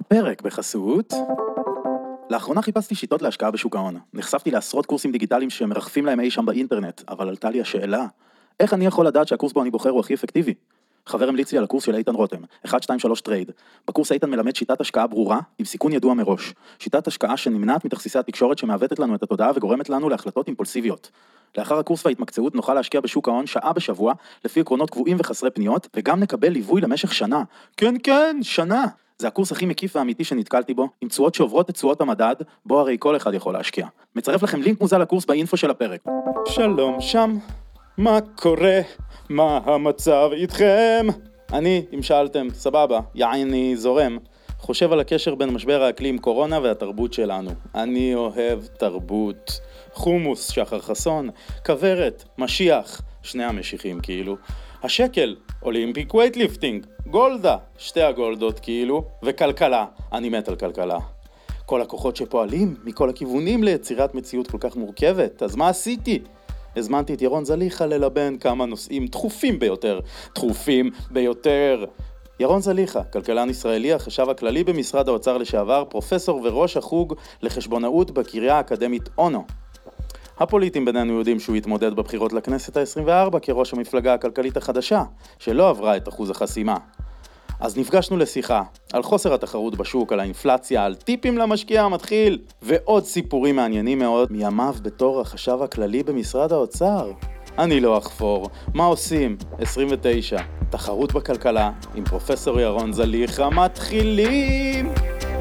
הפרק בחסות. לאחרונה חיפשתי שיטות להשקעה בשוק ההון. נחשפתי לעשרות קורסים דיגיטליים שמרחפים להם אי שם באינטרנט, אבל עלתה לי השאלה, איך אני יכול לדעת שהקורס בו אני בוחר הוא הכי אפקטיבי? חבר המליץ לי על הקורס של איתן רותם, 123 טרייד. בקורס איתן מלמד שיטת השקעה ברורה, עם סיכון ידוע מראש. שיטת השקעה שנמנעת מתכסיסי התקשורת שמעוותת לנו את התודעה וגורמת לנו להחלטות אימפולסיביות. לאחר הקורס וההתמקצעות נוכל להשקיע בשוק ההון שעה בשבוע, לפי עקרונות קבועים וחסרי פניות, וגם נקבל ליווי למשך שנה. כן, שנה. זה הקורס הכי מקיף והאמיתי שנתקלתי בו, עם תשואות שעוברות את תשואות המדד, בו הרי כל אחד יכול להשקיע. מצרף לכם לינק מוזל לקורס באינפו של הפרק. שלום שם, מה קורה? מה המצב איתכם? אם שאלתם, סבבה, יעני זורם. חושב על הקשר בין משבר האקלים, קורונה והתרבות שלנו. אני אוהב תרבות. חומוס, שחר חסון, כברת, משיח, שני המשיחים כאילו. השקל, אולימפיק ווייטליפטינג, גולדה, שתי הגולדות כאילו, וכלכלה, אני מת על כלכלה. כל הכוחות שפועלים מכל הכיוונים ליצירת מציאות כל כך מורכבת, אז מה עשיתי? הזמנתי את ירון זליכה ללבן כמה נושאים דחופים ביותר. ירון זליכה, כלכלן ישראלי, החשב הכללי במשרד האוצר לשעבר, פרופסור וראש החוג לחשבונאות בקריה האקדמית אונו. הפוליטים בינינו יודעים שהוא התמודד בבחירות לכנסת ה-24 כראש המפלגה הכלכלית החדשה, שלא עברה את אחוז החסימה. אז נפגשנו לשיחה על חוסר התחרות בשוק, על האינפלציה, על טיפים למשקיע המתחיל, ועוד סיפורים מעניינים מאוד מימיו בתור החשב הכללי במשרד האוצר. אני לא אחפור. מה עושים? 29. תחרות בכלכלה עם פרופסור ירון זליכה. מתחילים!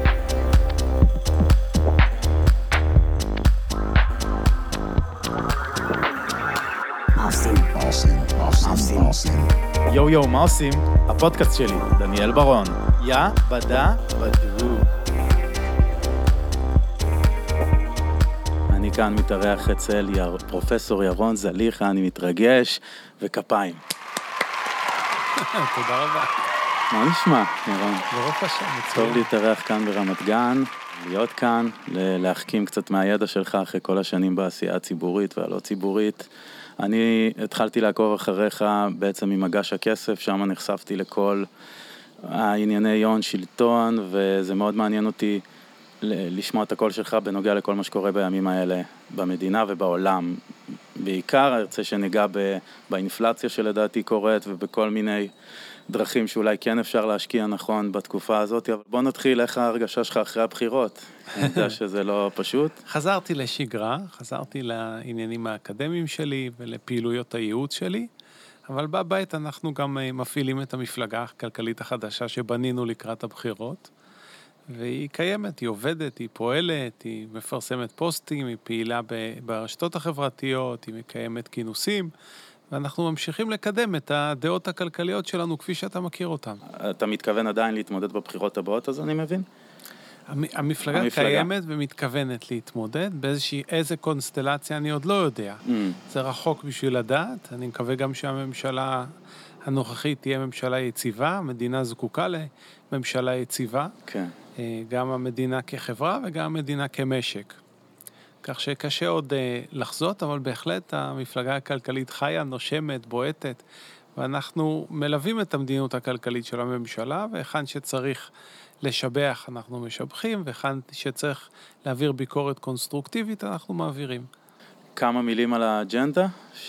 יו, מה עושים? הפודקאסט שלי, דניאל ברון. יא בדה בדו. אני כאן מתארח אצל פרופסור ירון זליכה, אני מתרגש, וכפיים. תודה רבה. מה נשמע, ירון? ברוך השם, טוב להתארח כאן ברמת גן, להיות כאן, להחכים קצת מהידע שלך אחרי כל השנים בעשייה הציבורית והלא ציבורית. אני התחלתי לעקוב אחריך בעצם עם מגש הכסף, שם נחשפתי לכל הענייני הון שלטון, וזה מאוד מעניין אותי לשמוע את הקול שלך בנוגע לכל מה שקורה בימים האלה במדינה ובעולם. בעיקר ארצה שניגע באינפלציה שלדעתי קורית ובכל מיני דרכים שאולי כן אפשר להשקיע נכון בתקופה הזאת, אבל בוא נתחיל, איך ההרגשה שלך אחרי הבחירות? אני יודע שזה לא פשוט. חזרתי לשגרה, חזרתי לעניינים האקדמיים שלי ולפעילויות הייעוץ שלי, אבל בבית אנחנו גם מפעילים את המפלגה הכלכלית החדשה שבנינו לקראת הבחירות, והיא קיימת, היא עובדת, היא פועלת, היא מפרסמת פוסטים, היא פעילה ברשתות החברתיות, היא מקיימת כינוסים, ואנחנו ממשיכים לקדם את הדעות הכלכליות שלנו כפי שאתה מכיר אותן. אתה מתכוון עדיין להתמודד בבחירות הבאות, אז אני מבין? המפלגה קיימת ומתכוונת להתמודד, איזה קונסטלציה אני עוד לא יודע. זה רחוק בשביל לדעת, אני מקווה גם שהממשלה הנוכחית תהיה ממשלה יציבה, המדינה זקוקה לממשלה יציבה, כן. גם המדינה כחברה וגם המדינה כמשק. כך שקשה עוד לחזות, אבל בהחלט המפלגה הכלכלית חיה, נושמת, בועטת, ואנחנו מלווים את המדיניות הכלכלית של הממשלה, והיכן שצריך לשבח אנחנו משבחים, והיכן שצריך להעביר ביקורת קונסטרוקטיבית אנחנו מעבירים. כמה מילים על האג'נדה?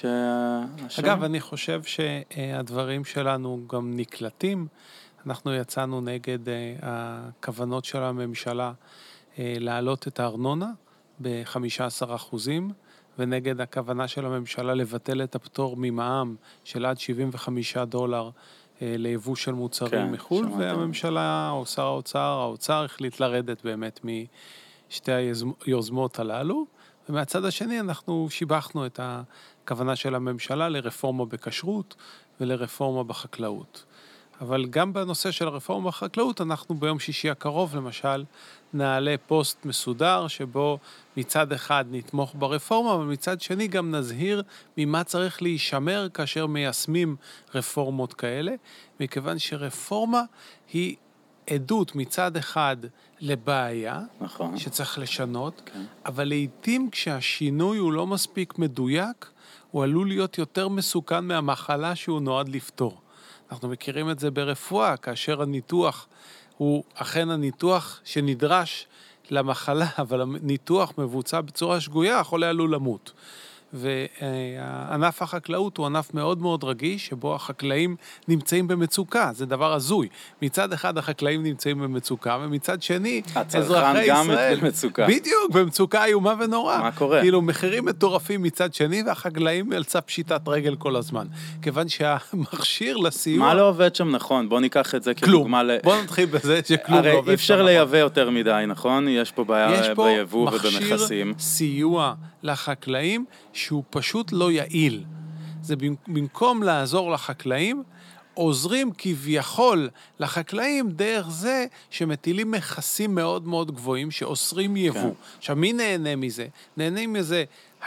אגב, אני חושב שהדברים שלנו גם נקלטים. אנחנו יצאנו נגד הכוונות של הממשלה להעלות את הארנונה ב-15%, ונגד הכוונה של הממשלה לבטל את הפטור ממע"מ של עד $75 ליבוא של מוצרים מחול, והממשלה או שר האוצר החליט לרדת באמת משתי היוזמות הללו, ומהצד השני אנחנו שיבחנו את הכוונה של הממשלה לרפורמה בכשרות ולרפורמה בחקלאות. אבל גם בנושא של הרפורמה בחקלאות, אנחנו ביום שישי הקרוב, למשל, נעלה פוסט מסודר, שבו מצד אחד נתמוך ברפורמה, אבל מצד שני גם נזהיר ממה צריך להישמר כאשר מיישמים רפורמות כאלה, מכיוון שרפורמה היא עדות מצד אחד לבעיה, נכון. שצריך לשנות, כן. אבל לעתים כשהשינוי הוא לא מספיק מדויק, הוא עלול להיות יותר מסוכן מהמחלה שהוא נועד לפתור. אנחנו מכירים את זה ברפואה, כאשר הניתוח הוא אכן הניתוח שנדרש למחלה, אבל הניתוח מבוצע בצורה שגויה, החולה עלול למות. וענף החקלאות הוא ענף מאוד מאוד רגיש, שבו החקלאים נמצאים במצוקה, זה דבר הזוי. מצד אחד החקלאים נמצאים במצוקה, ומצד שני, אזרחי ישראל, במצוקה. בדיוק, במצוקה איומה ונורא. מה קורה? כאילו מחירים מטורפים מצד שני, והחקלאים על סף פשיטת רגל כל הזמן. כיוון שהמכשיר לסיוע... מה לא עובד שם נכון? בוא ניקח את זה כדוגמה בוא נתחיל בזה שכלום לא עובד שם. הרי אי אפשר לייבא יותר מדי, נכון? יש פה בעיה ביבוא ובמכסים. יש פה מכשיר סיוע לחקלאים שהוא פשוט לא יעיל. זה במקום לעזור לחקלאים, עוזרים כביכול לחקלאים דרך זה שמטילים מכסים מאוד מאוד גבוהים שאוסרים יבוא. כן. עכשיו, מי נהנה מזה? נהנים מזה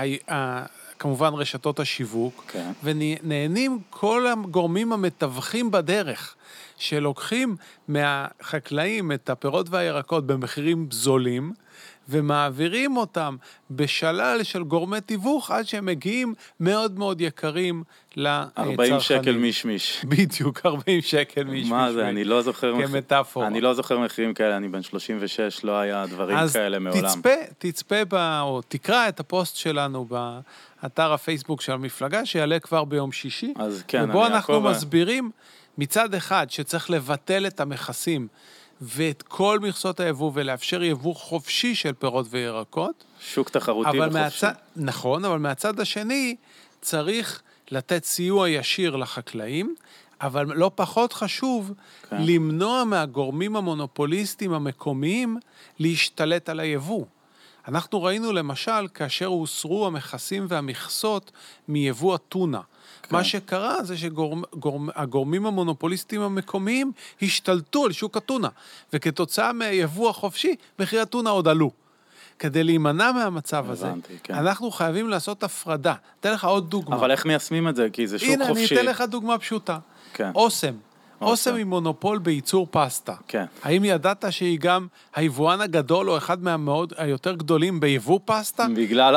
כמובן רשתות השיווק, כן. ונהנים כל הגורמים המתווכים בדרך, שלוקחים מהחקלאים את הפירות והירקות במחירים זולים, ומעבירים אותם בשלל של גורמי תיווך, עד שהם מגיעים מאוד מאוד יקרים לצרכנים. 40 שקל מישמיש. בדיוק, 40 שקל מישמיש. מה זה? אני לא זוכר... כמטאפורה. אני לא זוכר מחירים כאלה, אני בן 36, לא היה דברים כאלה מעולם. אז תצפה או תקרא את הפוסט שלנו באתר הפייסבוק של המפלגה, שיעלה כבר ביום שישי. אז כן, ובו אנחנו מסבירים מצד אחד שצריך לבטל את המכסים, ואת כל מכסות היבוא, ולאפשר יבוא חופשי של פירות וירקות. שוק תחרותי וחופשי. נכון, אבל מהצד השני צריך לתת סיוע ישיר לחקלאים, אבל לא פחות חשוב למנוע מהגורמים המונופוליסטיים המקומיים להשתלט על היבוא. אנחנו ראינו למשל כאשר הוסרו המכסים והמכסות מיבוא הטונה. מה שקרה זה שהגורמים המונופוליסטיים המקומיים השתלטו על שוק הטונה, וכתוצאה מהיבוא החופשי, מחיר הטונה עוד עלו. כדי להימנע מהמצב הזה, אנחנו חייבים לעשות הפרדה. אתן לך עוד דוגמה. אבל איך מיישמים את זה? כי זה שוק חופשי. הנה, אני אתן לך דוגמה פשוטה. אוסם. אוסם היא מונופול בייצור פסטה. כן. האם ידעת שהיא גם היבואן הגדול, או אחד מהמאוד היותר גדולים ביבוא פסטה? בגלל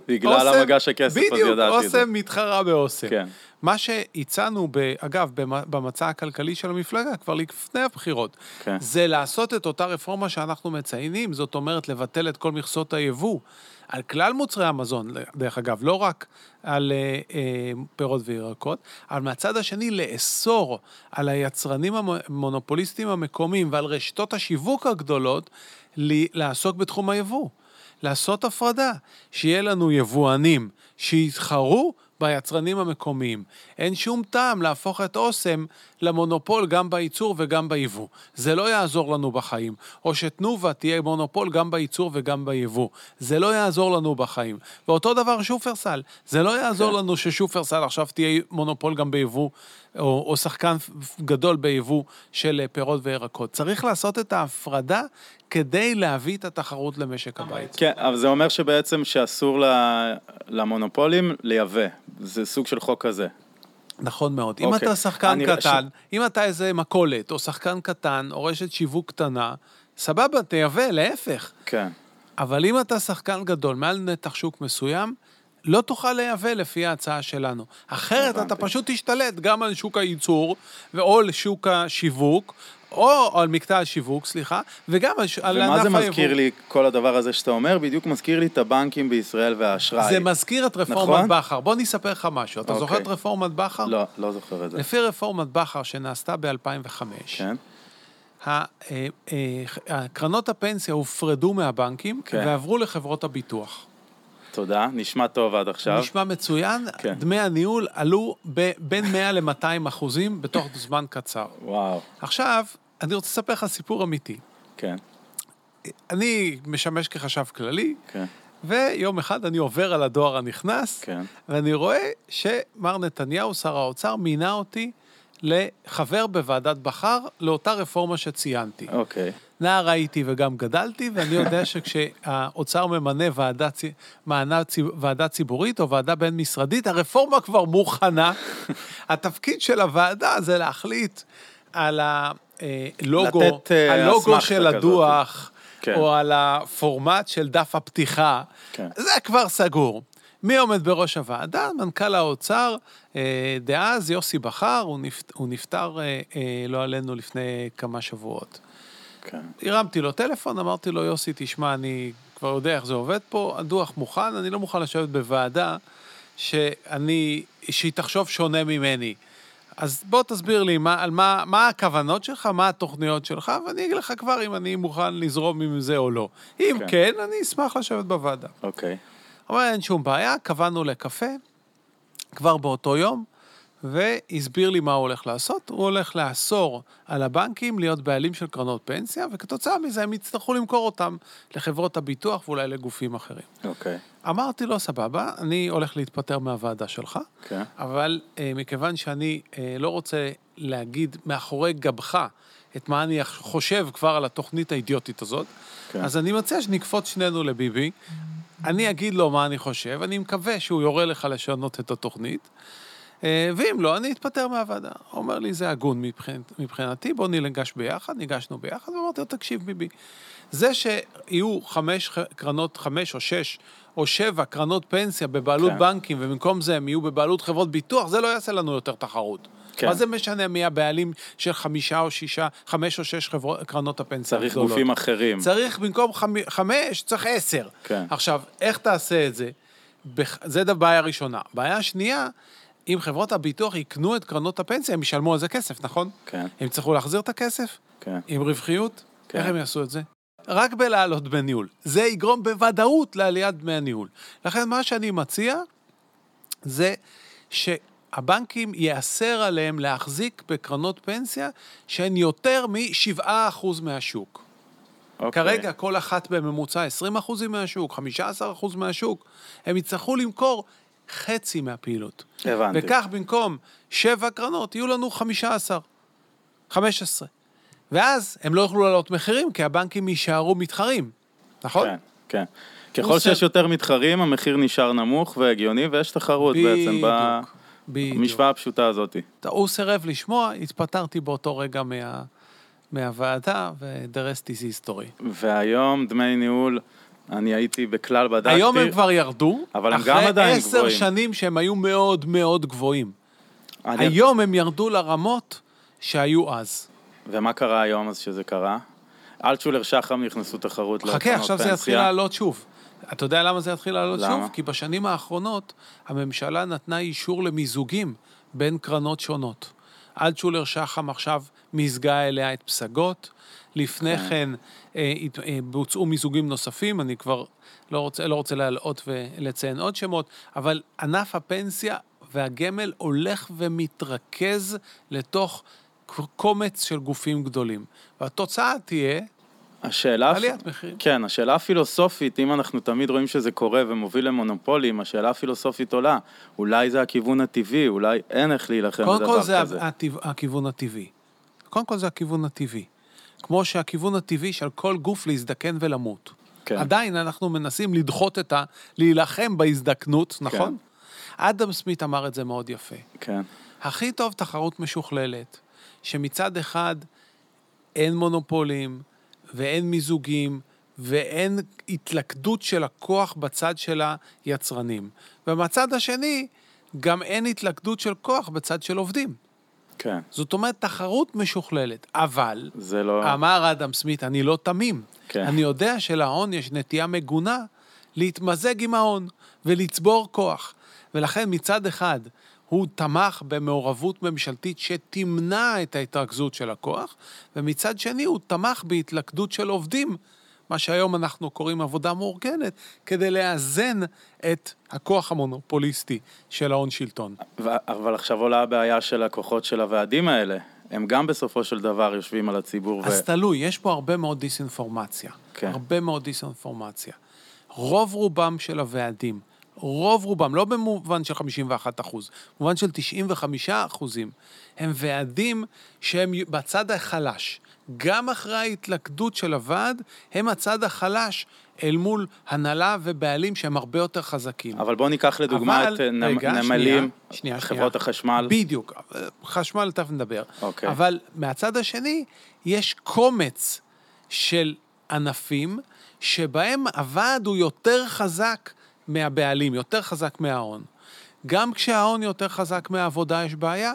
המגש הכסף, אז ידעתי את זה. בדיוק, אוסם מתחרה באוסם. כן. מה שהצענו, אגב, במצע הכלכלי של המפלגה, כבר לפני הבחירות, כן. זה לעשות את אותה רפורמה שאנחנו מציינים, זאת אומרת, לבטל את כל מכסות היבוא, על כלל מוצרי המזון, דרך אגב, לא רק על פירות וירקות, אבל מהצד השני לאסור על היצרנים המונופוליסטיים המקומיים ועל רשתות השיווק הגדולות לעסוק בתחום היבוא. לעשות הפרדה, שיהיה לנו יבואנים שיתחרו ביצרנים המקומיים. אין שום טעם להפוך את אוסם למונופול גם בייצור וגם ביבוא. זה לא יעזור לנו בחיים. או שתנובה תהיה מונופול גם בייצור וגם ביבוא. זה לא יעזור לנו בחיים. ואותו דבר שופרסל. זה לא יעזור לנו ששופרסל עכשיו תהיה מונופול גם ביבוא, או שחקן גדול ביבוא של פירות וירקות. צריך לעשות את ההפרדה כדי להביא את התחרות למשק הבית. כן, אבל זה אומר שבעצם שאסור למונופולים לייבא. זה סוג של חוק כזה. נכון מאוד. אם אתה שחקן קטן, אם אתה איזה מכולת, או שחקן קטן, או רשת שיווק קטנה, סבבה, תייבא, להפך. כן. אבל אם אתה שחקן גדול, מעל נתח שוק מסוים, לא תוכל לייבא לפי ההצעה שלנו. אחרת אתה פשוט תשתלט גם על שוק הייצור, או על שוק השיווק, או על מקטע השיווק, סליחה, וגם על ענף היבוא. ומה זה מזכיר לי, כל הדבר הזה שאתה אומר? בדיוק מזכיר לי את הבנקים בישראל והאשראי. זה מזכיר את רפורמת בכר. בוא נספר לך משהו. אתה זוכר את רפורמת בכר? לא, לא זוכר את זה. לפי רפורמת בכר שנעשתה ב-2005, כן. הקרנות הפנסיה הופרדו מהבנקים, ועברו לחברות הביטוח. תודה, נשמע טוב עד עכשיו. נשמע מצוין, דמי הניהול עלו בין 100 ל-200% בתוך זמן קצר. וואו. עכשיו, אני רוצה לספר לך סיפור אמיתי. כן. אני משמש כחשב כללי, ויום אחד אני עובר על הדואר הנכנס, ואני רואה שמר נתניהו, שר האוצר, מינה אותי לחבר בוועדת בכר לאותה רפורמה שציינתי. אוקיי. נער הייתי וגם גדלתי, ואני יודע שכשהאוצר ממנה ועדה ציבורית או ועדה בין משרדית, הרפורמה כבר מוכנה. התפקיד של הוועדה זה להחליט על הלוגו של הדוח, או על הפורמט של דף הפתיחה. זה כבר סגור. מי עומד בראש הוועדה? מנכ"ל האוצר, דאז יוסי בכר, הוא נפטר לא עלינו לפני כמה שבועות. כן. הרמתי לו טלפון, אמרתי לו, יוסי, תשמע, אני כבר יודע איך זה עובד פה, הדוח מוכן, אני לא מוכן לשבת בוועדה שהיא תחשוב שונה ממני. אז בוא תסביר לי מה הכוונות שלך, מה התוכניות שלך, ואני אגיד לך כבר אם אני מוכן לזרום עם זה או לא. אם כן, אני אשמח לשבת בוועדה. אוקיי. אבל אין שום בעיה, קבענו לקפה, כבר באותו יום, והסביר לי מה הוא הולך לעשות. הוא הולך לאסור על הבנקים להיות בעלים של קרנות פנסיה, וכתוצאה מזה הם יצטרכו למכור אותם לחברות הביטוח ואולי לגופים אחרים. אוקיי. אמרתי לו, סבבה, אני הולך להתפטר מהוועדה שלך, כן. אבל מכיוון שאני לא רוצה להגיד מאחורי גבך את מה אני חושב כבר על התוכנית האידיוטית הזאת, כן. אז אני מציע שנקפוץ שנינו לביבי, אני אגיד לו מה אני חושב, אני מקווה שהוא יורה לך לשנות את התוכנית, ואם לא, אני אתפטר מהוועדה. הוא אומר לי, זה הגון מבחינתי, בוא ניגש ביחד, ניגשנו ביחד, ואמרתי לו, תקשיב ביבי, זה שיהיו 5 או 6 או 7 קרנות פנסיה בבעלות בנקים, ובמקום זה הם יהיו בבעלות חברות ביטוח, זה לא יעשה לנו יותר תחרות. מה זה משנה מי הבעלים של 5 או 6 קרנות הפנסיה? צריך גופים אחרים. צריך במקום 5, צריך 10. עכשיו, איך תעשה את זה? זה בעיה ראשונה. בעיה שנייה, אם חברות הביטוח יקנו את קרנות הפנסיה, הם ישלמו על זה כסף, נכון? כן. הם צריכו להחזיר את הכסף? כן. עם רווחיות? איך הם יעשו את זה? רק בלעלות דמי ניהול. זה יגרום בוודאות לעליית דמי הניהול. לכן מה שאני מציע, זה שהבנקים יאסר עליהם להחזיק בקרנות פנסיה, שהן יותר מ7% מהשוק. כרגע כל אחת בממוצע 20% מהשוק, 15% מהשוק, הם יצטרכו למכור חצי מהפעילות. הבנתי. וכך במקום 7 קרנות, יהיו לנו 15. ואז הם לא יוכלו לעלות מחירים, כי הבנקים יישארו מתחרים. נכון? כן, כן. ככל שיש יותר מתחרים, המחיר נשאר נמוך והגיוני, ויש תחרות בעצם במשוואה הפשוטה הזאת. הוא סירב לשמוע, התפטרתי באותו רגע מהוועדה, ו-the rest is history. והיום דמי ניהול, אני הייתי בכלל בדקתי. היום הם כבר ירדו, אבל הם גם עדיין אחרי 10 שנים שהם היו מאוד מאוד גבוהים. היום הם ירדו לרמות שהיו אז. ומה קרה היום אז שזה קרה? אלטשולר שחם נכנסו תחרות לקרנות פנסיה. חכה, עכשיו זה יתחיל לעלות שוב. אתה יודע למה זה יתחיל לעלות למה? שוב? כי בשנים האחרונות הממשלה נתנה אישור למיזוגים בין קרנות שונות. אלטשולר שחם עכשיו מזגה אליה את פסגות, לפני כן בוצעו מיזוגים נוספים, אני כבר לא רוצה להעלות ולציין עוד שמות, אבל ענף הפנסיה והגמל הולך ומתרכז לתוך קומץ של גופים גדולים. והתוצאה תהיה עליית מחירים. כן, השאלה הפילוסופית, אם אנחנו תמיד רואים שזה קורה ומוביל למונופולים, השאלה הפילוסופית עולה, אולי זה הכיוון הטבעי, אולי אין איך להילחם בדבר כזה. קודם כל זה הכיוון הטבעי. קודם כל זה הכיוון הטבעי. כמו שהכיוון הטבעי של כל גוף להזדקן ולמות. כן. עדיין אנחנו מנסים לדחות להילחם בהזדקנות, נכון? אדם סמית אמר את זה מאוד יפה. כן. הכי טוב תחרות משוכללת, שמצד אחד אין מונופולים, ואין מיזוגים, ואין התלכדות של הכוח בצד של היצרנים. ובצד השני, גם אין התלכדות של כוח בצד של עובדים. כן. זאת אומרת, תחרות משוכללת. אבל, זה לא... אמר אדם סמית, אני לא תמים. כן. אני יודע שלהון יש נטייה מגונה להתמזג עם ההון ולצבור כוח. ולכן מצד אחד, הוא תמך במעורבות ממשלתית שתמנע את ההתרכזות של הכוח, ומצד שני הוא תמך בהתלכדות של עובדים, מה שהיום אנחנו קוראים עבודה מאורגנת, כדי לאזן את הכוח המונופוליסטי של ההון שלטון. אבל עכשיו עולה הבעיה של הכוחות של הוועדים האלה. הם גם בסופו של דבר יושבים על הציבור. אז תלוי, יש פה הרבה מאוד דיסאינפורמציה. כן. הרבה מאוד דיסאינפורמציה. רוב רובם של הוועדים, רוב רובם, לא במובן של 51%, במובן של 95%, הם ועדים שהם בצד החלש. גם אחרי ההתלכדות של הוועד, הם הצד החלש אל מול הנהלה ובעלים שהם הרבה יותר חזקים. אבל בואו ניקח לדוגמה את נמלים, חברות החשמל. בדיוק, חשמל תכף נדבר. אוקיי. אבל מהצד השני, יש קומץ של ענפים, שבהם הוועד הוא יותר חזק מהבעלים, יותר חזק מההון. גם כשההון יותר חזק מהעבודה יש בעיה,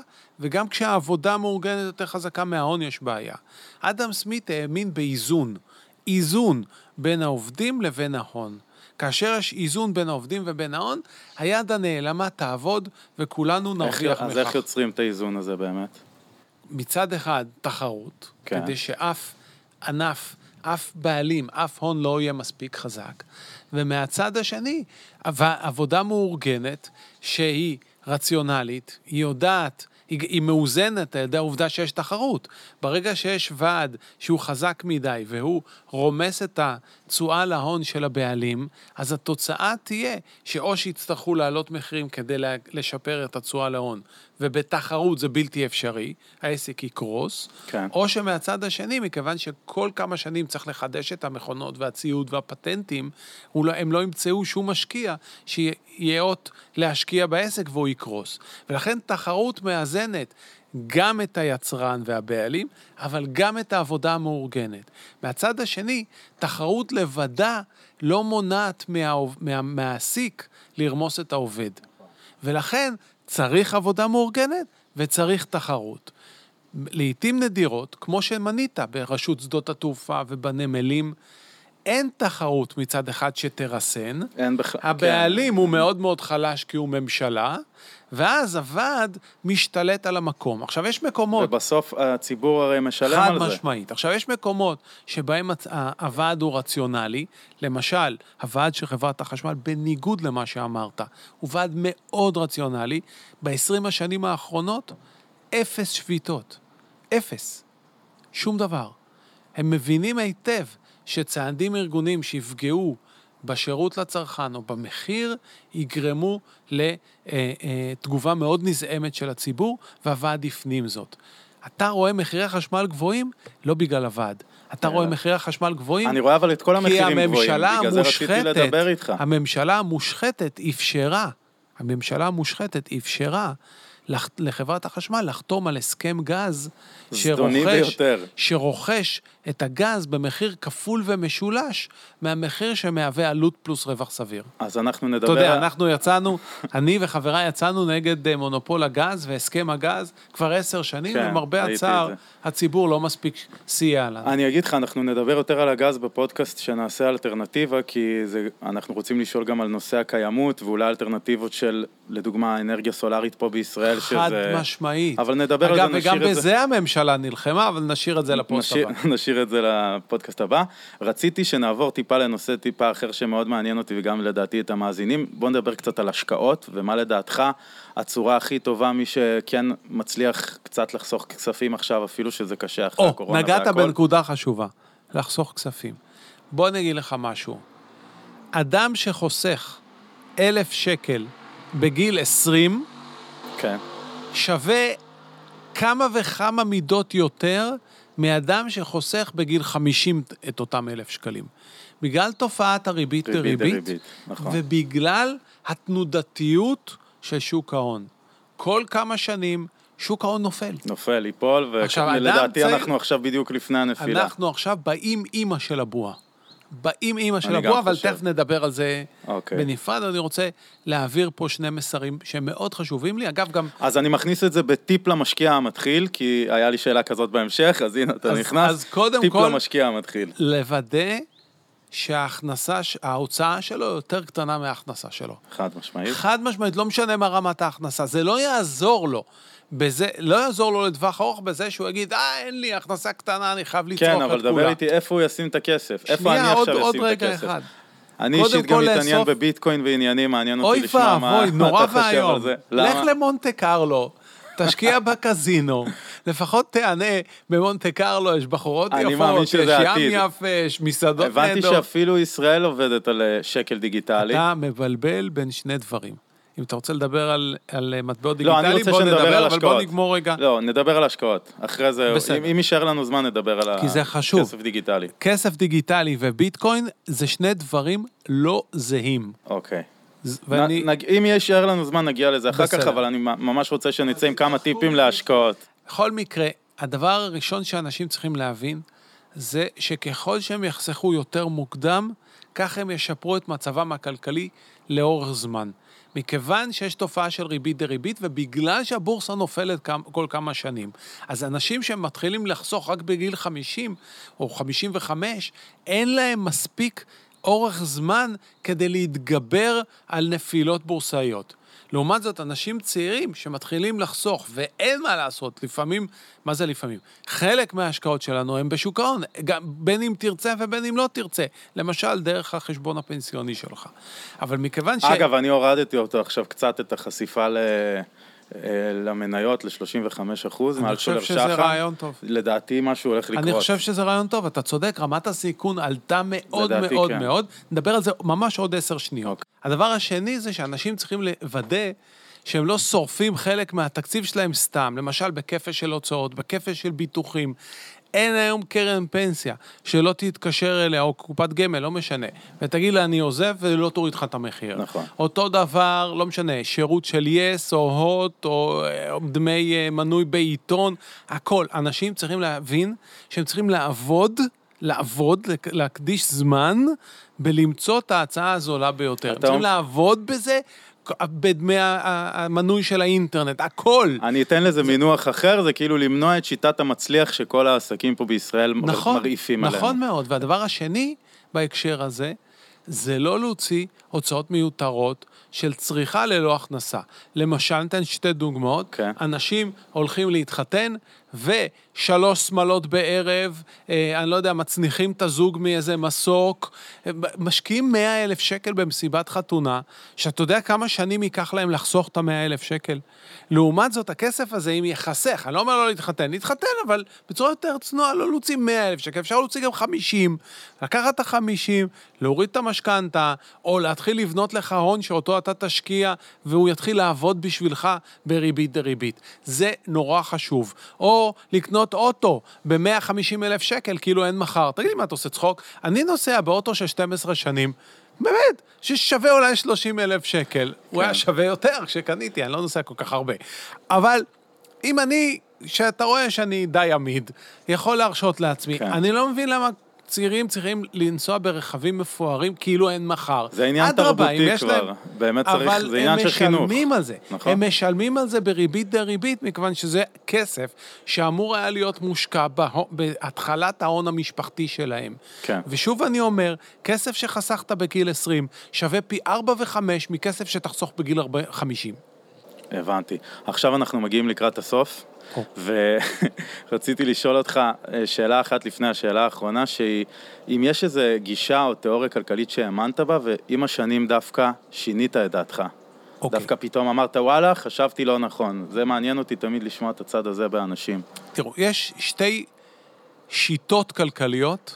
וגם כשהעבודה מאורגנת יותר חזקה מההון יש בעיה. אדם סמית האמין באיזון, איזון בין העובדים לבין ההון. כאשר יש איזון בין העובדים ובין ההון, היד הנעלמה תעבוד וכולנו נרוויח מכך. אז איך יוצרים את האיזון הזה באמת? מצד אחד תחרות, כדי שאף ענף, אף בעלים, אף הון לא יהיה מספיק חזק. ומהצד השני, עבודה מאורגנת שהיא רציונלית, היא יודעת, היא מאוזנת על ידי העובדה שיש תחרות. ברגע שיש ועד שהוא חזק מדי והוא רומס את התשואה להון של הבעלים, אז התוצאה תהיה שאו שיצטרכו לעלות מחירים כדי לשפר את התשואה להון, ובתחרות זה בלתי אפשרי, העסק יקרוס, כן. או שמהצד השני, מכיוון שכל כמה שנים צריך לחדש את המכונות והציוד והפטנטים, הם לא ימצאו שום משקיע שיהיות להשקיע בעסק והוא יקרוס. ולכן תחרות מאזנת גם את היצרן והבעלים, אבל גם את העבודה המאורגנת. מהצד השני, תחרות לבדה לא מונעת מהמעסיק לרמוס את העובד. ולכן צריך עבודה מאורגנת וצריך תחרות. לעתים נדירות, כמו שמנית ברשות שדות התעופה ובנמלים, אין תחרות מצד אחד שתרסן. הבעלים הוא מאוד מאוד חלש כי הוא ממשלה, ואז הוועד משתלט על המקום. עכשיו יש מקומות... ובסוף הציבור הרי משלם על זה. חד משמעית. עכשיו יש מקומות שבהם הוועד הוא רציונלי, למשל, הוועד של חברת החשמל, בניגוד למה שאמרת, הוא ועד מאוד רציונלי, ב-20 השנים האחרונות, 0 שביתות. 0. שום דבר. הם מבינים היטב שצעדים ארגונים שיפגעו בשירות לצרכן או במחיר, יגרמו לתגובה מאוד נזעמת של הציבור, והוועד יפנים זאת. אתה רואה מחירי חשמל גבוהים? לא בגלל הוועד. אתה רואה מחירי חשמל גבוהים? אני רואה אבל את כל המחירים גבוהים, בגלל זה רציתי לדבר איתך. הממשלה המושחתת אפשרה לחברת החשמל לחתום על הסכם גז שרוכש את הגז במחיר כפול ומשולש מהמחיר שמהווה עלות פלוס רווח סביר. אז אנחנו נדבר... אתה יודע, אנחנו יצאנו, אני וחבריי יצאנו נגד מונופול הגז והסכם הגז כבר 10 שנים, ומרבה הצער, הציבור לא מספיק סייע לנו. אני אגיד לך, אנחנו נדבר יותר על הגז בפודקאסט שנעשה אלטרנטיבה, כי אנחנו רוצים לשאול גם על נושא הקיימות, ואולי אלטרנטיבות של, לדוגמה, אנרגיה סולארית פה בישראל, חד משמעית. אבל נדבר על זה, נשאיר את זה. אגב, וגם בזה הממשלה נלחמה, אבל נשאיר את זה לפוסט הבא. נשאיר את זה לפודקאסט הבא. רציתי שנעבור טיפה לנושא טיפה אחר שמאוד מעניין אותי, וגם לדעתי את המאזינים. בוא נדבר קצת על השקעות, ומה לדעתך הצורה הכי טובה, מי שכן מצליח קצת לחסוך כספים עכשיו, אפילו שזה קשה אחרי הקורונה והכל. נגעת בנקודה חשובה, לחסוך כספים. בוא נגיד לך משהו. אדם שחוסך 1,000 שקל בגיל 20, כן. שווה כמה וכמה מידות יותר מאדם שחוסך בגיל 50 את אותם 1,000 שקלים. בגלל תופעת הריבית דריבית, נכון. ובגלל התנודתיות של שוק ההון. כל כמה שנים שוק ההון נופל. נופל, ייפול, ולדעתי אנחנו עכשיו בדיוק לפני הנפילה. אנחנו עכשיו באים אימא של הבועה. אבל תכף נדבר על זה בנפרד. אני רוצה להעביר פה 2 מסרים שהם מאוד חשובים לי. אגב, גם... אז אני מכניס את זה בטיפ למשקיע המתחיל, כי היה לי שאלה כזאת בהמשך, אז הנה, אתה נכנס. טיפ למשקיע המתחיל. לוודא ההוצאה שלו יותר קטנה מההכנסה שלו. חד משמעית, לא משנה מה רמת ההכנסה. זה לא יעזור לו. לא יעזור לו לטווח ארוך בזה שהוא יגיד, אין לי הכנסה קטנה, אני חייב לצרוך את כולה. כן, אבל דבר איתי איפה הוא ישים את הכסף. איפה אני עכשיו אשים את הכסף. אני אישית גם מתעניין בביטקוין ועניינים, מעניין אותי לשמוע מה אתה חושב על זה. לך למונטה קרלו, תשקיע בקזינו, לפחות תענה, במונטה קרלו יש בחורות יפות, יש ים יפה, יש מסעדות נהדות. הבנתי שאפילו ישראל עובדת על שקל דיגיטלי. אתה מבלבל בין 2 דברים. אם אתה רוצה לדבר על מטבעות דיגיטליים, בוא נדבר, אבל בוא נגמור רגע. לא, נדבר על השקעות. אחרי זה, אם יישאר לנו זמן, נדבר על הכסף דיגיטלי. כסף דיגיטלי וביטקוין, זה 2 דברים לא זהים. אוקיי. אם יישאר לנו זמן, נגיע לזה אחר כך, אבל אני ממש רוצה שנצא עם כמה טיפים להשקעות. בכל מקרה, הדבר הראשון שאנשים צריכים להבין, זה שככל שהם יחסכו יותר מוקדם, כך הם ישפרו את מצבם הכלכלי לאורך זמן. מכיוון שיש תופעה של ריבית דריבית, ובגלל שהבורסה נופלת כל כמה שנים, אז אנשים שמתחילים לחסוך רק בגיל 50 או 55, אין להם מספיק אורך זמן כדי להתגבר על נפילות בורסאיות. לעומת זאת, אנשים צעירים שמתחילים לחסוך, ואין מה לעשות, לפעמים, מה זה לפעמים? חלק מההשקעות שלנו הם בשוק ההון, בין אם תרצה ובין אם לא תרצה, למשל דרך החשבון הפנסיוני שלך. אבל מכיוון אגב, אני הורדתי אותו עכשיו קצת את החשיפה למניות ל-35%, אני חושב שזה רעיון טוב. לדעתי משהו הולך לקרות. אני חושב שזה רעיון טוב, אתה צודק, רמת הסיכון עלתה מאוד מאוד מאוד, נדבר על זה ממש עוד 10 שניות. הדבר השני זה שאנשים צריכים לוודא שהם לא שורפים חלק מהתקציב שלהם סתם, למשל בכפל של הוצאות, בכפל של ביטוחים. אין היום קרן פנסיה שלא תתקשר אליה, או קופת גמל, לא משנה, ותגיד לה, אני עוזב ולא תוריד לך את המחיר. נכון. אותו דבר, לא משנה, שירות של יס או הוט, או דמי מנוי בעיתון, הכל. אנשים צריכים להבין שהם צריכים לעבוד, להקדיש זמן, בלמצוא את ההצעה הזולה ביותר. צריכים לעבוד בזה, בדמי המנוי של האינטרנט, הכל. אני אתן לזה מינוח אחר, זה כאילו למנוע את שיטת המצליח שכל העסקים פה בישראל מרעיפים עליהם. נכון מאוד, והדבר השני בהקשר הזה, זה לא להוציא הוצאות מיותרות של צריכה ללא הכנסה. למשל, נתן 2 דוגמאות, אנשים הולכים להתחתן, 3 שמלות בערב, אני לא יודע, מצניחים את הזוג מאיזה מסוק, משקיעים 100,000 שקל במסיבת חתונה, שאתה יודע כמה שנים ייקח להם לחסוך את 100,000 שקל? לעומת זאת, הכסף הזה, אם יחסך, אני לא אומר לא להתחתן, אבל בצורה יותר צנועה, לא להוציא 100,000 שקל, אפשר להוציא גם 50, לקחת את 50, להוריד את המשכנתה, או להתחיל לבנות לך הון שאותו אתה תשקיע, והוא יתחיל לעבוד בשבילך בריבית דריבית. זה נורא חשוב. או לקנות אוטו ב-150,000 שקל, כאילו אין מחר. תגיד לי מה אתה עושה צחוק? אני נוסע באוטו של 12 שנים, באמת, ששווה אולי 30,000 שקל. הוא היה שווה יותר כשקניתי, אני לא נוסע כל כך הרבה. אבל אם שאתה רואה שאני די עמיד, יכול להרשות לעצמי, אני לא מבין למה צעירים צריכים לנסוע ברכבים מפוארים כאילו אין מחר. זה עניין תרבותי כבר, באמת צריך, זה עניין של חינוך. אבל הם משלמים על זה. נכון? הם משלמים על זה בריבית דריבית, מכיוון שזה כסף שאמור היה להיות מושקע בהתחלת ההון המשפחתי שלהם. כן. ושוב אני אומר, כסף שחסכת בגיל 20 שווה פי 4 ו-5 מכסף שתחסוך בגיל 50. הבנתי. עכשיו אנחנו מגיעים לקראת הסוף. ורציתי לשאול אותך שאלה אחת לפני השאלה האחרונה, שהיא, אם יש איזו גישה או תיאוריה כלכלית שהאמנת בה, ועם השנים דווקא שינית את דעתך. דווקא פתאום אמרת, וואלה, חשבתי לא נכון. זה מעניין אותי תמיד לשמוע את הצד הזה באנשים. תראו, יש 2 שיטות כלכליות,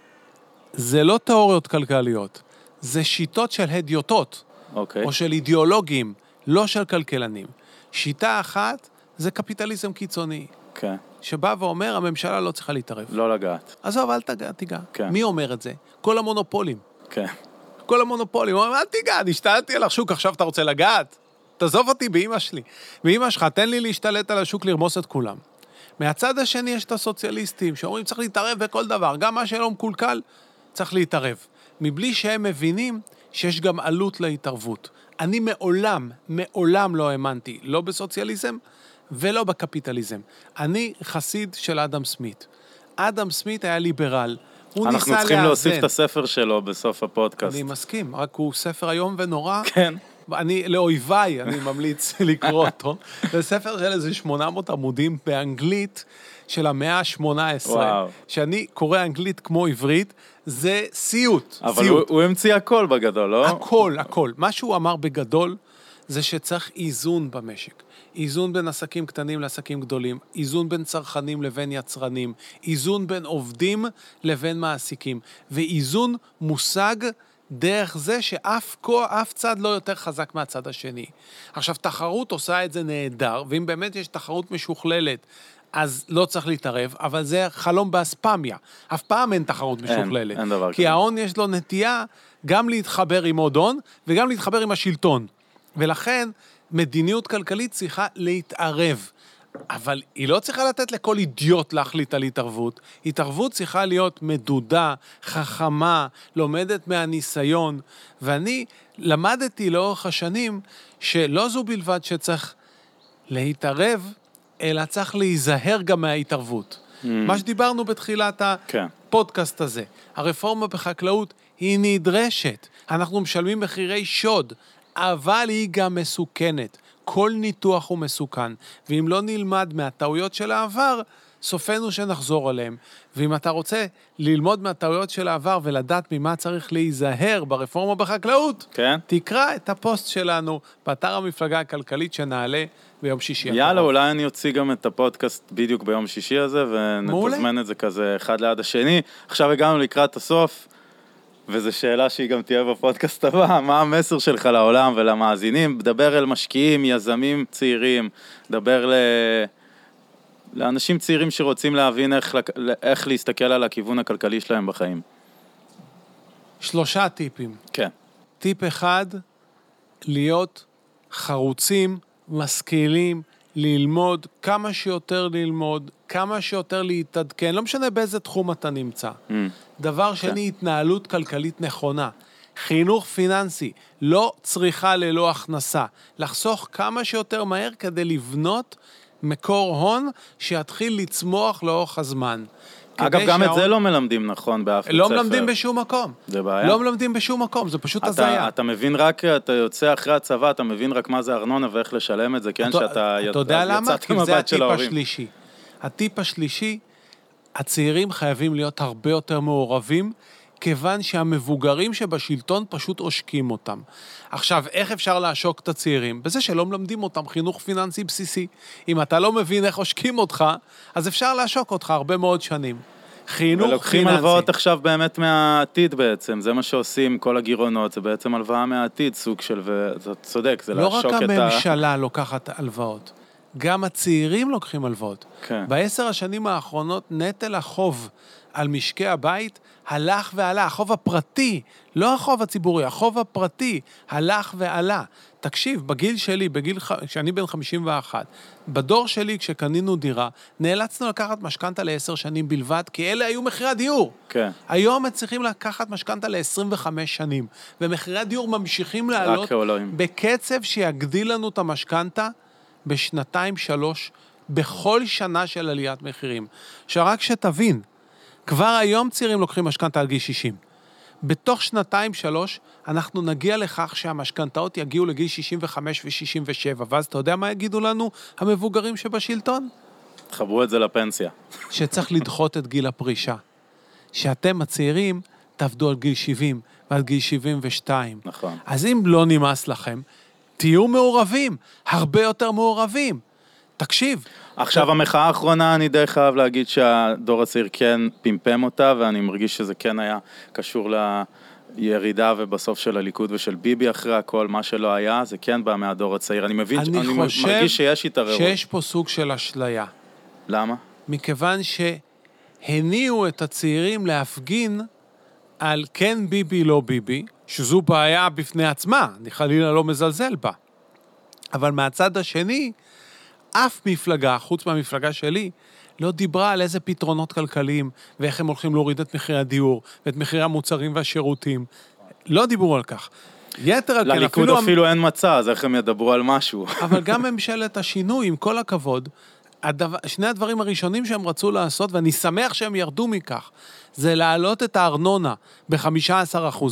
זה לא תיאוריות כלכליות, זה שיטות של הדיוטות, או של אידיאולוגים, לא של כלכלנים. שיטה אחת, זה קפיטליזם קיצוני. כן. שבא ואומר, הממשלה לא צריכה להתערב. לא לגעת. עזוב, אל תיגע. כן. מי אומר את זה? כל המונופולים. כן. כל המונופולים. הוא אומר, אל תיגע, השתלטתי על השוק, עכשיו אתה רוצה לגעת? תעזוב אותי באמא שלי. באמא שלך, תן לי להשתלט על השוק, לרמוס את כולם. מהצד השני יש את הסוציאליסטים, שאומרים, צריך להתערב בכל דבר. גם מה שלא מקולקל, צריך להתערב. מבלי שהם מבינים שיש גם עלות להתערבות. אני מעולם לא האמנתי, לא בסוציאליזם, ולא בקפיטליזם. אני חסיד של אדם סמית. אדם סמית היה ליברל. אנחנו צריכים להוסיף את הספר שלו בסוף הפודקאסט. אני מסכים, רק הוא ספר היום ונורא. כן. לאויביי, אני ממליץ לקרוא אותו. זה ספר של איזה 800 עמודים באנגלית של המאה ה-18. שאני קורא אנגלית כמו עברית, זה סיוט. אבל הוא המציא הכל בגדול, לא? הכל. מה שהוא אמר בגדול, זה שצריך איזון במשק. איזון בין עסקים קטנים לעסקים גדולים, איזון בין צרכנים לבין יצרנים, איזון בין עובדים לבין מעסיקים, ואיזון מושג דרך זה שאף צד לא יותר חזק מהצד השני. עכשיו, תחרות עושה את זה נהדר, ואם באמת יש תחרות משוכללת, אז לא צריך להתערב, אבל זה חלום באספמיה. אף פעם אין תחרות משוכללת. אין דבר כי ההון יש לו נטייה גם להתחבר עם עוד הון, וגם להתחבר עם השלטון. ולכן, מדיניות כלכלית צריכה להתערב. אבל היא לא צריכה לתת לכל אידיוט להחליט על התערבות. התערבות צריכה להיות מדודה, חכמה, לומדת מהניסיון, ואני למדתי לאורך השנים שלא זו בלבד שצריך להתערב, אלא צריך להיזהר גם מההתערבות. מה שדיברנו בתחילת הפודקאסט הזה. הרפורמה בחקלאות היא נדרשת. אנחנו משלמים מחירי שוד, אבל היא גם מסוכנת. כל ניתוח הוא מסוכן, ואם לא נלמד מהטעויות של העבר, סופנו שנחזור עליהם. ואם אתה רוצה ללמוד מהטעויות של העבר ולדעת ממה צריך להיזהר ברפורמה בחקלאות, כן? תקרא את הפוסט שלנו באתר המפלגה הכלכלית שנעלה ביום שישי. יאללה, אולי אני אוציא גם את הפודקאסט בדיוק ביום שישי הזה, ונתזמן את זה כזה אחד ליד השני. עכשיו הגענו לקראת הסוף, וזו שאלה שהיא גם תהיה בפודקאסט הבא, מה המסר שלך לעולם ולמאזינים? דבר אל משקיעים, יזמים צעירים, דבר לאנשים צעירים שרוצים להבין איך להסתכל על הכיוון הכלכלי שלהם בחיים. 3 טיפים. כן. טיפ 1, להיות חרוצים, משכילים, ללמוד, כמה שיותר ללמוד, כמה שיותר להתעדכן, לא משנה באיזה תחום אתה נמצא. דבר שני, התנהלות כלכלית נכונה. חינוך פיננסי, לא צריכה ללא הכנסה. לחסוך כמה שיותר מהר כדי לבנות מקור הון שיתחיל לצמוח לאורך הזמן. אגב, גם את זה לא מלמדים נכון באף בית ספר. לא מלמדים בשום מקום. זה בעיה. לא מלמדים בשום מקום, זה פשוט הזיה. אתה מבין רק, אתה יוצא אחרי הצבא, אתה מבין רק מה זה ארנונה ואיך לשלם את זה, כן? שאתה אתה יודע למה? יצאת כי עם זה הבת של הטיפ ההורים. השלישי. הטיפ השלישי, הצעירים חייבים להיות הרבה יותר מעורבים, כיוון שהמבוגרים שבשלטון פשוט עושקים אותם. עכשיו, איך אפשר לעשוק את הצעירים? בזה שלא מלמדים אותם חינוך פיננסי בסיסי. אם אתה לא מבין איך עושקים אותך, אז אפשר לעשוק אותך הרבה מאוד שנים. חינוך פיננסי. ולוקחים הלוואות עכשיו באמת מהעתיד בעצם, זה מה שעושים כל הגירעונות, זה בעצם הלוואה מהעתיד, סוג של, וזה צודק, זה לא לעשוק את רק הממשלה לוקחת הלוואות, גם הצעירים לוקחים הלוואות. כן. ב10 השנים האחרונות נטל החוב על משקי הבית הלך ועלה, החוב הפרטי, לא החוב הציבורי, החוב הפרטי הלך ועלה. תקשיב, בגיל שלי, כשאני בן 51, בדור שלי כשקנינו דירה, נאלצנו לקחת משכנתה ל10 שנים בלבד, כי אלה היו מחירי הדיור. כן. היום צריכים לקחת משכנתה ל25 שנים, ומחירי הדיור ממשיכים לעלות בקצב שיגדיל לנו את המשכנתה בשנתיים 3, בכל שנה של עליית מחירים. שרק שתבין, כבר היום צעירים לוקחים משכנתה על גיל 60. בתוך 2-3 אנחנו נגיע לכך שהמשכנתאות יגיעו לגיל 65 ו-67, ואז אתה יודע מה יגידו לנו המבוגרים שבשלטון? חברו את זה לפנסיה. שצריך לדחות את גיל הפרישה. שאתם הצעירים תעבדו על גיל 70 ועל גיל 72. נכון. אז אם לא נמאס לכם, תהיו מעורבים, הרבה יותר מעורבים. תקשיב. עכשיו המחאה האחרונה, אני די חייב להגיד שהדור הצעיר כן פמפם אותה, ואני מרגיש שזה כן היה קשור לירידה ובסוף של הליכוד ושל ביבי אחרי הכל, מה שלא היה, זה כן בא מהדור הצעיר. אני מבין, אני מרגיש שיש התערבות. שיש פה סוג של אשליה. למה? מכיוון שהניעו את הצעירים להפגין על כן ביבי לא ביבי, שזו בעיה בפני עצמה, אני חלילה לא מזלזל בה. אבל מהצד השני, אף מפלגה, חוץ מהמפלגה שלי, לא דיברה על איזה פתרונות כלכליים, ואיך הם הולכים להוריד את מחירי הדיור, ואת מחירי המוצרים והשירותים. לא דיברו על כך. לליכוד אפילו אין מצע, אז איך הם ידברו על משהו? אבל גם ממשלת השינוי, עם כל הכבוד, שני הדברים הראשונים שהם רצו לעשות, ואני שמח שהם ירדו מכך, זה להעלות את הארנונה ב-15%,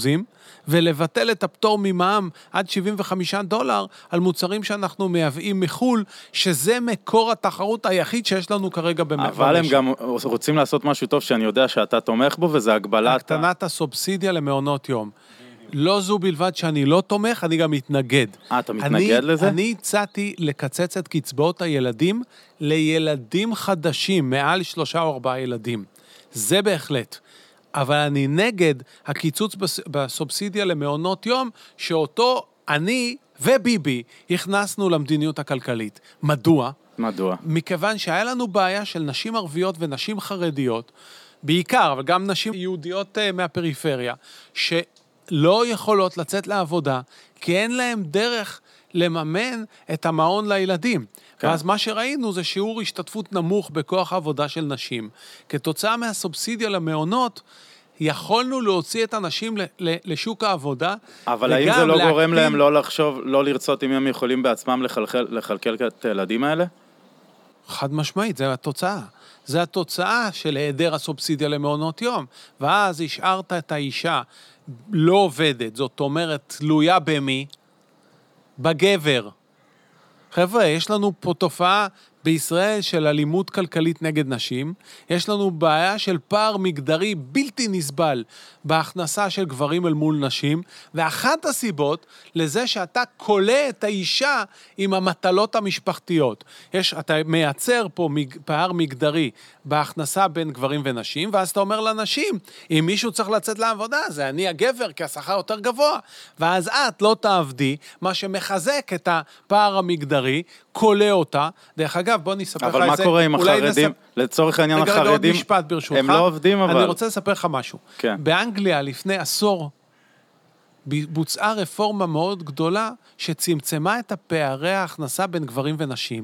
ולבטל את הפטור ממע"מ עד $75 על מוצרים שאנחנו מייבאים מחול, שזה מקור התחרות היחיד שיש לנו כרגע במשק. אבל הם גם רוצים לעשות משהו טוב שאני יודע שאתה תומך בו, וזה הגבלת... הקטנת הסובסידיה למעונות יום. לא זו בלבד שאני לא תומך, אני גם מתנגד. אתה מתנגד לזה? אני הצעתי לקצץ את קצבאות הילדים לילדים חדשים, מעל 3 או 4 ילדים. זה בהחלט. אבל אני נגד הקיצוץ בסובסידיה למעונות יום, שאותו אני וביבי הכנסנו למדיניות הכלכלית. מדוע? מדוע? מכיוון שהיה לנו בעיה של נשים ערביות ונשים חרדיות, בעיקר, אבל גם נשים יהודיות מהפריפריה, שלא יכולות לצאת לעבודה, כי אין להם דרך לממן את המעון לילדים. כן. ואז מה שראינו זה שיעור השתתפות נמוך בכוח העבודה של נשים. כתוצאה מהסובסידיה למעונות, יכולנו להוציא את הנשים לשוק העבודה. אבל האם זה לא גורם להם לא לחשוב, לא לרצות אם הם יכולים בעצמם לחלקל את הילדים האלה? חד משמעית, זה התוצאה. זה התוצאה של היעדר הסובסידיה למעונות יום. ואז השארת את האישה לא עובדת, זאת אומרת, תלויה במי? בגבר. חבר'ה, יש לנו פה תופעה בישראל של אלימות כלכלית נגד נשים, יש לנו בעיה של פער מגדרי בלתי נסבל בהכנסה של גברים אל מול נשים, ואחת הסיבות לזה שאתה קולה את האישה עם המטלות המשפחתיות. אתה מייצר פה פער מגדרי בהכנסה בין גברים ונשים, ואז אתה אומר לנשים, אם מישהו צריך לצאת לעבודה, זה אני הגבר, כי השכר יותר גבוה, ואז את לא תעבדי, מה שמחזק את הפער המגדרי, קולה אותה. דרך אגב, בוא נספר לך את זה. אבל מה קורה עם החרדים? לצורך העניין החרדים, הם לא עובדים, אבל... אני רוצה לספר לך משהו. באנגליה, לפני עשור, בוצעה רפורמה מאוד גדולה, שצמצמה את הפערי ההכנסה בין גברים ונשים.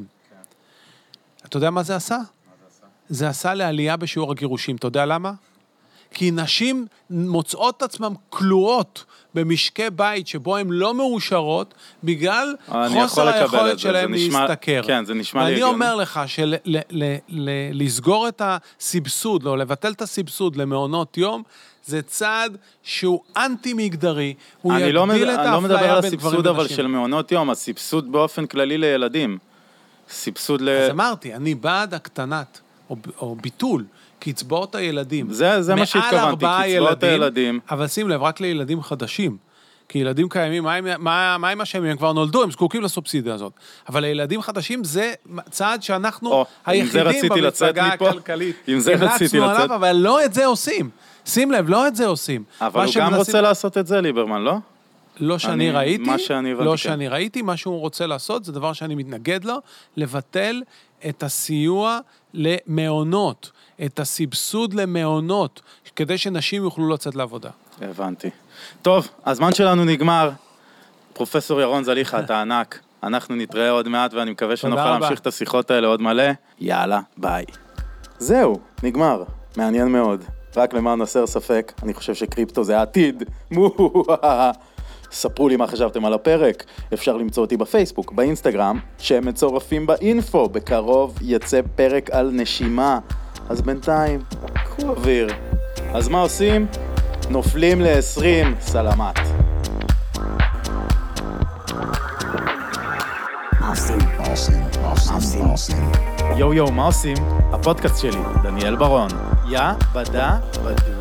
אתה יודע מה זה עשה? זה עשה לעלייה בשיעור הגירושים. אתה יודע למה? כי נשים מוצאות עצמם כלואות במשקי בית שבו הן לא מאושרות, בגלל חוסר היכולת שלהם להסתכר. כן, זה נשמע לי. ואני אומר לך שלסגור את הסבסוד, לא לבטל את הסבסוד למעונות יום, זה צעד שהוא אנטי-מגדרי, הוא יגדיל את האפליה בין גברים ונשים. אני לא מדבר על הסבסוד אבל של מעונות יום, הסבסוד באופן כללי לילדים. סבסוד אז אמרתי, אני בעד הקטנת, או ביטול, קצבאות הילדים. זה מה שהתכוונתי, קצבאות הילדים. אבל שים לב, רק לילדים חדשים. כי ילדים קיימים, מה עם השם? הם כבר נולדו, הם זקוקים לסובסידיה הזאת. אבל לילדים חדשים זה צעד שאנחנו היחידים במפלגה הכלכלית. עם זה רציתי לצאת. אבל לא את זה עושים. שים לב, לא את זה עושים. אבל הוא גם רוצה לעשות את זה, ליברמן, לא? לא שאני ראיתי, מה שהוא רוצה לעשות, זה דבר שאני מתנגד לו, לבטל את הסיוע למעונות, את הסבסוד למעונות, כדי שנשים יוכלו לצאת לעבודה. הבנתי. טוב, הזמן שלנו נגמר. פרופסור ירון זליכה, אתה ענק. אנחנו נתראה עוד מעט, ואני מקווה שנוכל להמשיך את השיחות האלה עוד מלא. יאללה, ביי. זהו, נגמר. מעניין מאוד. רק למען הסר ספק, אני חושב שקריפטו זה העתיד. ספרו לי מה חשבתם על הפרק. אפשר למצוא אותי בפייסבוק, באינסטגרם, שהם מצורפים באינפו. בקרוב יצא פרק על נשימה. אז בינתיים, קחו אוויר. אז מה עושים? נופלים ל-20, סלמת. יו, מה עושים? הפודקאסט שלי, דניאל ברון. יא, בדה, בדו.